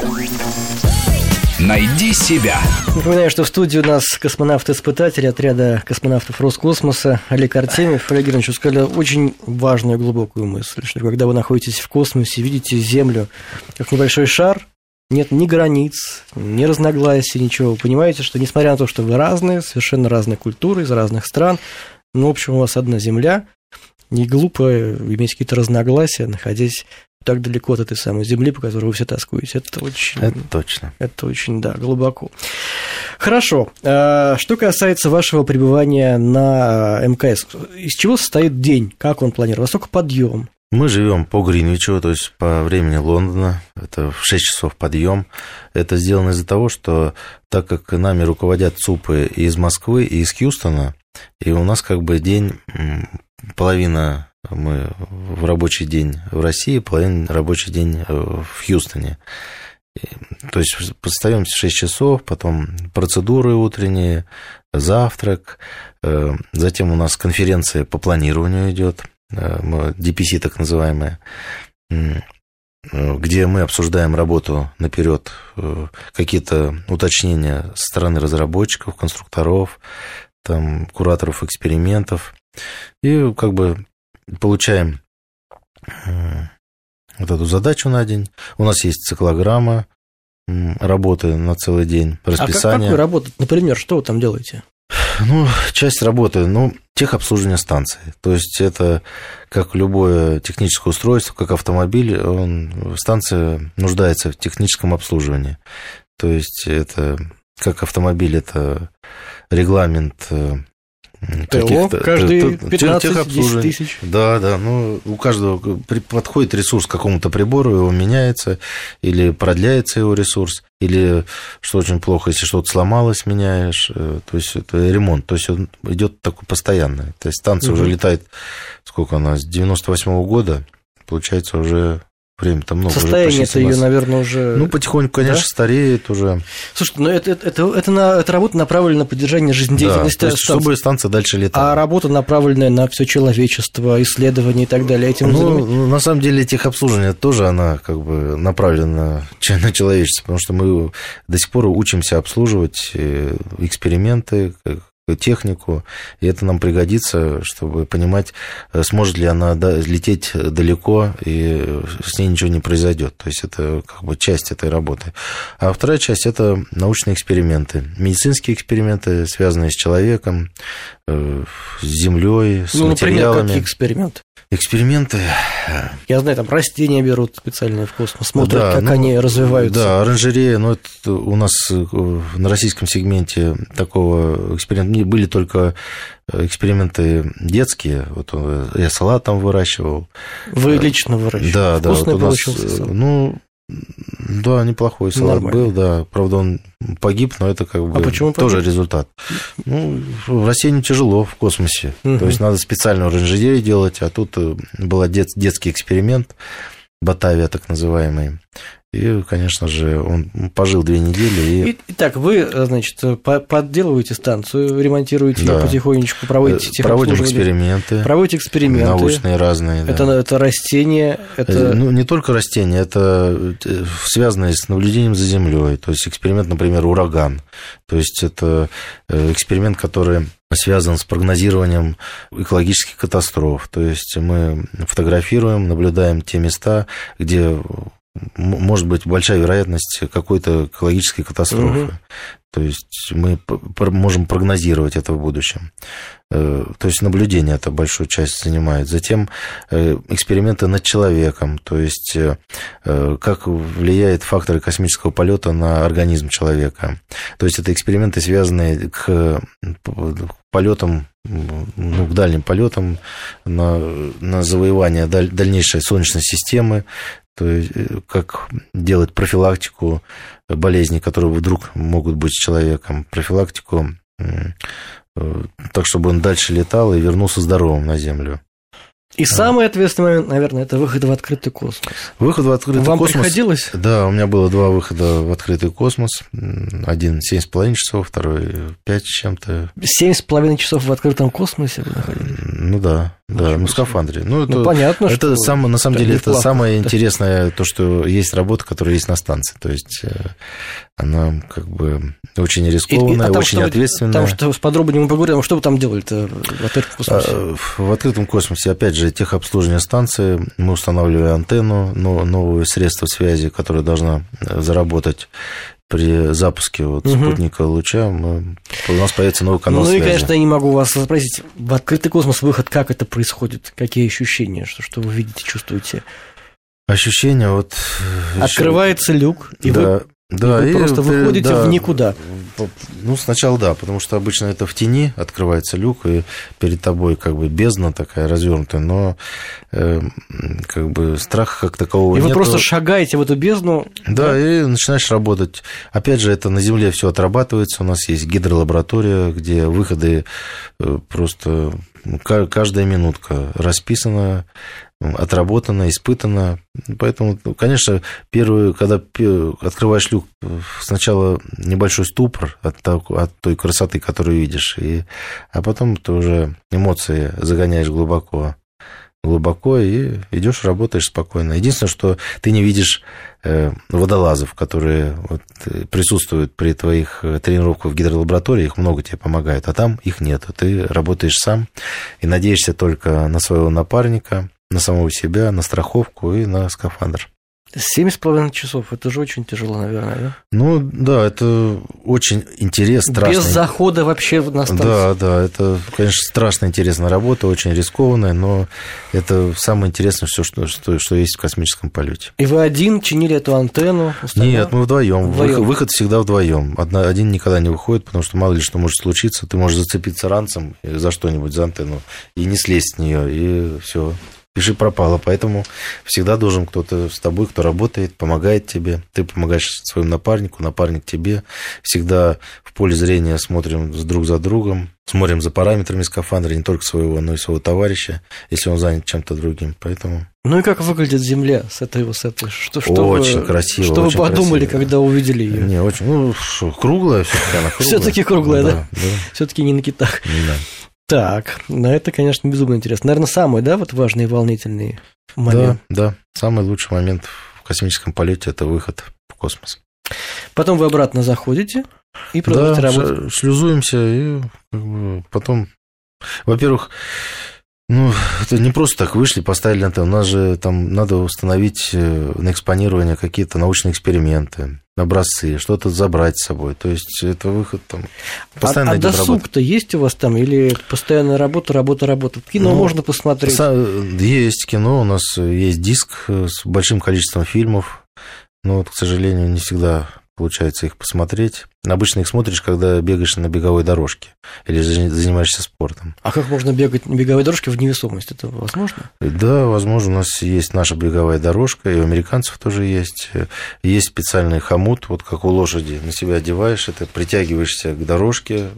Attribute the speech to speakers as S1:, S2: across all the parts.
S1: Найди себя.
S2: Напоминаю, что в студии у нас космонавт-испытатель отряда космонавтов Роскосмоса Олег Артемьев. Олег Германович, вы сказали очень важную и глубокую мысль, что когда вы находитесь в космосе, видите Землю как небольшой шар, нет ни границ, ни разногласий, ничего. Вы понимаете, что несмотря на то, что вы разные, совершенно разные культуры, из разных стран, но, в общем, у вас одна Земля, не глупо иметь какие-то разногласия, находясь так далеко от этой самой Земли, по которой вы все тоскуете. Это очень...
S3: Это точно.
S2: Это очень, да, глубоко. Хорошо. Что касается вашего пребывания на МКС, из чего состоит день? Как он планирует? Во сколько подъем?
S3: Мы живем по Гринвичу, то есть по времени Лондона. Это в 6 часов подъем. Это сделано из-за того, что так как нами руководят ЦУПы и из Москвы, и из Хьюстона, и у нас как бы день, половина мы в рабочий день в России, половина рабочий день в Хьюстоне. То есть поставимся в 6 часов, потом процедуры утренние, завтрак, затем у нас конференция по планированию идет, DPC так называемая, где мы обсуждаем работу наперед, какие-то уточнения со стороны разработчиков, конструкторов, там, кураторов экспериментов, и как бы получаем вот эту задачу на день. У нас есть циклограмма работы на целый день, расписание.
S2: А как вы работаете? Например, что вы там делаете?
S3: Ну, часть работы, техобслуживание станции. То есть это как любое техническое устройство, как автомобиль, станция нуждается в техническом обслуживании. То есть это как автомобиль, это регламент
S2: ТО каждые 15-10 тысяч.
S3: Да, у каждого подходит ресурс к какому-то прибору, его меняется, или продляется его ресурс, или, что очень плохо, если что-то сломалось, меняешь, то есть это ремонт, то есть он идет такой постоянный. То есть станция уже летает, сколько она, с 98-го года, получается, уже время-то много.
S2: Состояние-то ее, наверное, уже...
S3: потихоньку, конечно, стареет уже.
S2: Слушайте, это работа направлена на поддержание жизнедеятельности
S3: станции. Чтобы станция дальше летала.
S2: А работа, направленная на все человечество, исследования и так далее, этим занимаетесь?
S3: На самом деле, техобслуживание тоже, она как бы направлена на человечество, потому что мы до сих пор учимся обслуживать эксперименты, технику, и это нам пригодится, чтобы понимать, сможет ли она лететь далеко, и с ней ничего не произойдет. То есть это как бы часть этой работы. А вторая часть – это научные эксперименты, медицинские эксперименты, связанные с человеком, с Землей, с материалами.
S2: Например, какие эксперименты?
S3: Эксперименты...
S2: Я знаю, там растения берут специальные в космос, смотрят, как они развиваются.
S3: Да, оранжерея, это у нас на российском сегменте такого эксперимента были только эксперименты детские. Вот я салат там выращивал.
S2: Вы лично выращивали?
S3: Да,
S2: вкусный
S3: вот у нас,
S2: получился?
S3: Да, неплохой салат был, да. Правда, он погиб, но это как бы тоже результат. В России не тяжело в космосе. То есть надо специальную оранжерею делать, а тут был детский эксперимент, Батавия так называемый. И, конечно же, он пожил 2 недели.
S2: Итак, вы, значит, подделываете станцию, ремонтируете ее потихонечку, проводите техобслуживание. Проводите эксперименты.
S3: Научные разные.
S2: Это растения?
S3: Не только растения, это связано с наблюдением за Землей. То есть эксперимент, например, ураган. То есть это эксперимент, который связан с прогнозированием экологических катастроф. То есть мы фотографируем, наблюдаем те места, где может быть большая вероятность какой-то экологической катастрофы. То есть мы можем прогнозировать это в будущем. То есть наблюдение это большую часть занимает. Затем эксперименты над человеком, то есть как влияют факторы космического полета на организм человека. То есть это эксперименты, связанные к полетам, к дальним полетам, на завоевание дальнейшей Солнечной системы, то есть как делать профилактику болезней, которые вдруг могут быть с человеком, профилактику так, чтобы он дальше летал и вернулся здоровым на Землю.
S2: И самый ответственный момент, наверное, это выход в открытый космос.
S3: Выход в открытый
S2: космос.
S3: Вам
S2: приходилось?
S3: Да, у меня было 2 выхода в открытый космос. Один 7,5 часов, второй 5 с чем-то.
S2: 7,5 часов в открытом космосе вы находились?
S3: Ну да. Да, в скафандре.
S2: Понятно,
S3: это
S2: что...
S3: на самом деле, это самое интересное, то, что есть работа, которая есть на станции. То есть, она как бы очень рискованная, очень ответственная.
S2: Там что подробнее мы поговорим, что вы там делали-то в открытом космосе?
S3: В открытом космосе, опять же, техобслуживание станции, мы устанавливали антенну, новое средство связи, которое должна заработать при запуске спутника луча, у нас появится новый канал связи.
S2: И, конечно, я не могу вас спросить, в открытый космос выход, как это происходит? Какие ощущения? Что вы видите, чувствуете?
S3: Ощущения
S2: Открывается люк, и вы просто выходите в никуда.
S3: Сначала да, потому что обычно это в тени открывается люк, и перед тобой как бы бездна такая развернутая, но как бы страха как такового нет.
S2: И вы просто шагаете в эту бездну.
S3: Да, и начинаешь работать. Опять же, это на Земле все отрабатывается. У нас есть гидролаборатория, где выходы просто каждая минутка расписана, отработано, испытано. Поэтому, конечно, когда открываешь люк, сначала небольшой ступор от той красоты, которую видишь, а потом ты уже эмоции загоняешь глубоко и идешь, работаешь спокойно. Единственное, что ты не видишь водолазов, которые присутствуют при твоих тренировках в гидролаборатории, их много тебе помогает, а там их нет. Ты работаешь сам и надеешься только на своего напарника, на самого себя, на страховку и на скафандр.
S2: 7,5 часов, это же очень тяжело, наверное, да?
S3: Да, это очень интересно, страшно.
S2: Без захода вообще на станцию.
S3: Да, это, конечно, страшно интересная работа, очень рискованная, но это самое интересное, все, что есть в космическом полете.
S2: И вы один чинили эту антенну?
S3: Нет, мы вдвоем. Выход всегда вдвоем. Один никогда не выходит, потому что мало ли что может случиться. Ты можешь зацепиться ранцем за что-нибудь, за антенну, и не слезть с нее, и все. Пиши пропало, поэтому всегда должен кто-то с тобой, кто работает, помогает тебе, ты помогаешь своему напарнику, напарник тебе, всегда в поле зрения смотрим друг за другом, смотрим за параметрами скафандра, не только своего, но и своего товарища, если он занят чем-то другим, поэтому...
S2: И как выглядит Земля с этой высоты?
S3: Очень красиво.
S2: Что вы подумали, когда увидели ее?
S3: Не, очень, круглая, все-таки она круглая.
S2: Все-таки круглая, да? Все-таки не на китах.
S3: Да.
S2: Так, это, конечно, безумно интересно. Наверное, самый, важный и волнительный момент.
S3: Да, самый лучший момент в космическом полете – это выход в космос.
S2: Потом вы обратно заходите и продолжаете работать.
S3: Шлюзуемся, и потом, во-первых, это не просто так вышли, поставили антенну. У нас же там надо установить на экспонирование какие-то научные эксперименты, образцы, что-то забрать с собой. То есть это выход там постоянно идет работа. А
S2: досуг-то есть у вас там или постоянная работа? Кино можно посмотреть?
S3: Есть кино, у нас есть диск с большим количеством фильмов, но, к сожалению, не всегда получается их посмотреть. Обычно их смотришь, когда бегаешь на беговой дорожке или занимаешься спортом. А
S2: как можно бегать на беговой дорожке в невесомость? Это возможно?
S3: Да, возможно. У нас есть наша беговая дорожка, и у американцев тоже есть. Есть специальный хомут, как у лошади. На себя одеваешь, это притягиваешься к дорожке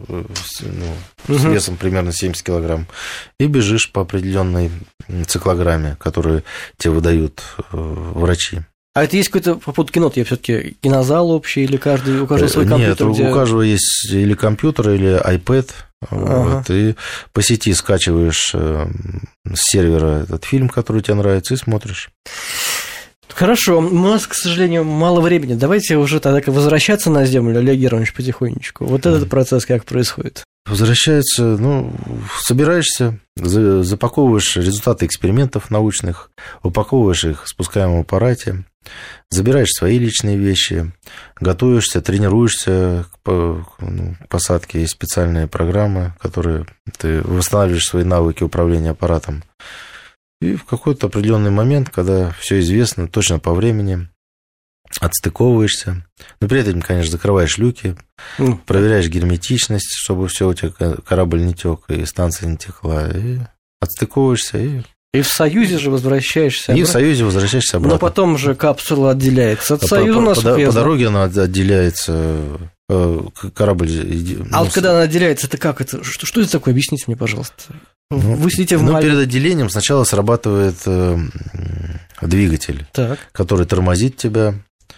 S3: с весом примерно 70 килограмм и бежишь по определенной циклограмме, которую тебе выдают врачи.
S2: А это есть какой-то по поводу кино? Я все-таки кинозал общий или у каждого свой компьютер?
S3: Нет, у каждого есть или компьютер, или iPad. И по сети скачиваешь с сервера этот фильм, который тебе нравится, и смотришь.
S2: Хорошо, у нас, к сожалению, мало времени. Давайте уже тогда возвращаться на Землю, Олег Германович, потихонечку. Этот процесс как происходит?
S3: Возвращается, собираешься, запаковываешь результаты экспериментов научных, упаковываешь их в спускаемом аппарате, забираешь свои личные вещи, готовишься, тренируешься к посадке. Есть специальные программы, которые ты восстанавливаешь свои навыки управления аппаратом. И в какой-то определенный момент, когда все известно точно по времени, отстыковываешься, но при этом, конечно, закрываешь люки, проверяешь герметичность, чтобы все у тебя корабль не тек и станция не текла, и отстыковываешься. И
S2: в Союзе же возвращаешься обратно.
S3: И в Союзе возвращаешься обратно.
S2: Но потом же капсула отделяется от Союза, насколько
S3: по дороге она отделяется, корабль...
S2: когда она отделяется, это как это? Что это такое? Объясните мне, пожалуйста. Вы сидите в
S3: перед отделением сначала срабатывает двигатель, который тормозит тебя,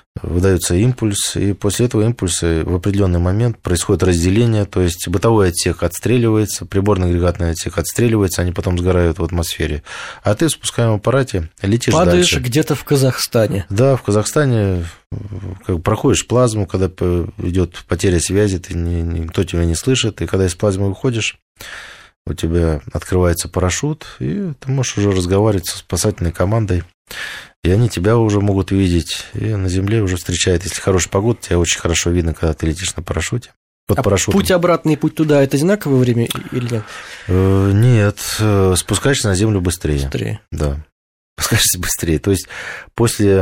S3: выдается импульс, и после этого импульса в определенный момент происходит разделение, то есть бытовой отсек отстреливается, приборно-агрегатный отсек отстреливается, они потом сгорают в атмосфере, а ты в спускаемом аппарате летишь
S2: Падаешь
S3: дальше.
S2: где-то в Казахстане.
S3: Да, в Казахстане проходишь плазму, когда идет потеря связи, никто тебя не слышит, и когда из плазмы выходишь, у тебя открывается парашют, и ты можешь уже разговаривать со спасательной командой. И они тебя уже могут видеть, и на земле уже встречают. Если хорошая погода, тебя очень хорошо видно, когда ты летишь на парашюте. Под парашютом.
S2: Путь обратный и путь туда – это одинаковое время или нет?
S3: Нет, спускаешься на землю быстрее.
S2: Быстрее.
S3: Да, спускаешься быстрее. То есть после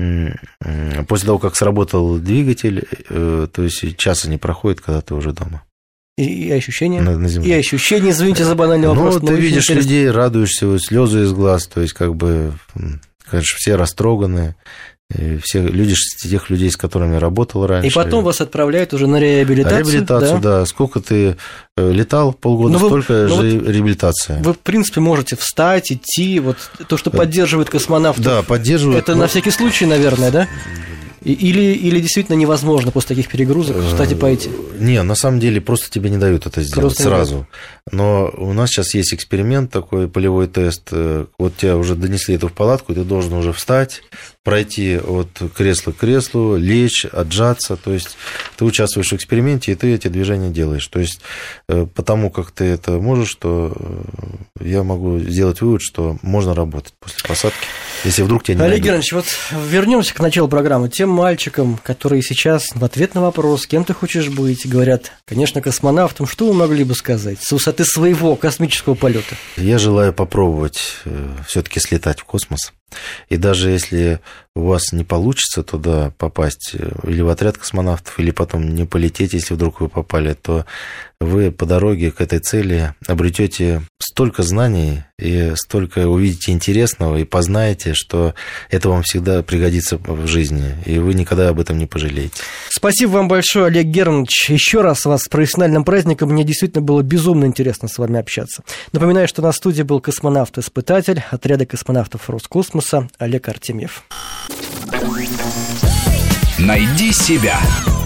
S3: того, как сработал двигатель, то есть часа не проходит, когда ты уже дома.
S2: И ощущения?
S3: На земле.
S2: И ощущения, извините за банальный вопрос.
S3: Ну, ты видишь людей, радуешься, слезы из глаз, то есть, как бы, конечно, все растроганы, все люди, тех людей, с которыми я работал раньше.
S2: И потом вас отправляют уже на реабилитацию.
S3: Реабилитацию, да. Сколько ты летал, полгода, столько же реабилитация.
S2: Вы, в принципе, можете встать, идти, вот то, что поддерживает космонавтов.
S3: Да, поддерживает.
S2: Это на всякий случай, наверное, да? Или действительно невозможно после таких перегрузок встать и пойти?
S3: Не, на самом деле просто тебе не дают это сделать сразу. Но у нас сейчас есть эксперимент такой, полевой тест. Вот тебя уже донесли это в палатку, и ты должен уже встать, пройти от кресла к креслу, лечь, отжаться. То есть ты участвуешь в эксперименте, и ты эти движения делаешь. То есть потому как ты это можешь, то я могу сделать вывод, что можно работать после посадки, если вдруг тебя не найдут.
S2: Олег Германович, вот вернемся к началу программы. Тем мальчикам, которые сейчас в ответ на вопрос, кем ты хочешь быть, говорят, конечно, космонавтом, что вы могли бы сказать с высоты своего космического полета?
S3: Я желаю попробовать все-таки слетать в космос. И даже если у вас не получится туда попасть, или в отряд космонавтов, или потом не полететь, если вдруг вы попали, то вы по дороге к этой цели обретете столько знаний и столько увидите интересного и познаете, что это вам всегда пригодится в жизни, и вы никогда об этом не пожалеете.
S2: Спасибо вам большое, Олег Германович. Еще раз вас с профессиональным праздником. Мне действительно было безумно интересно с вами общаться. Напоминаю, что на студии был космонавт-испытатель отряда космонавтов Роскосмоса Олег Артемьев.
S1: Найди себя.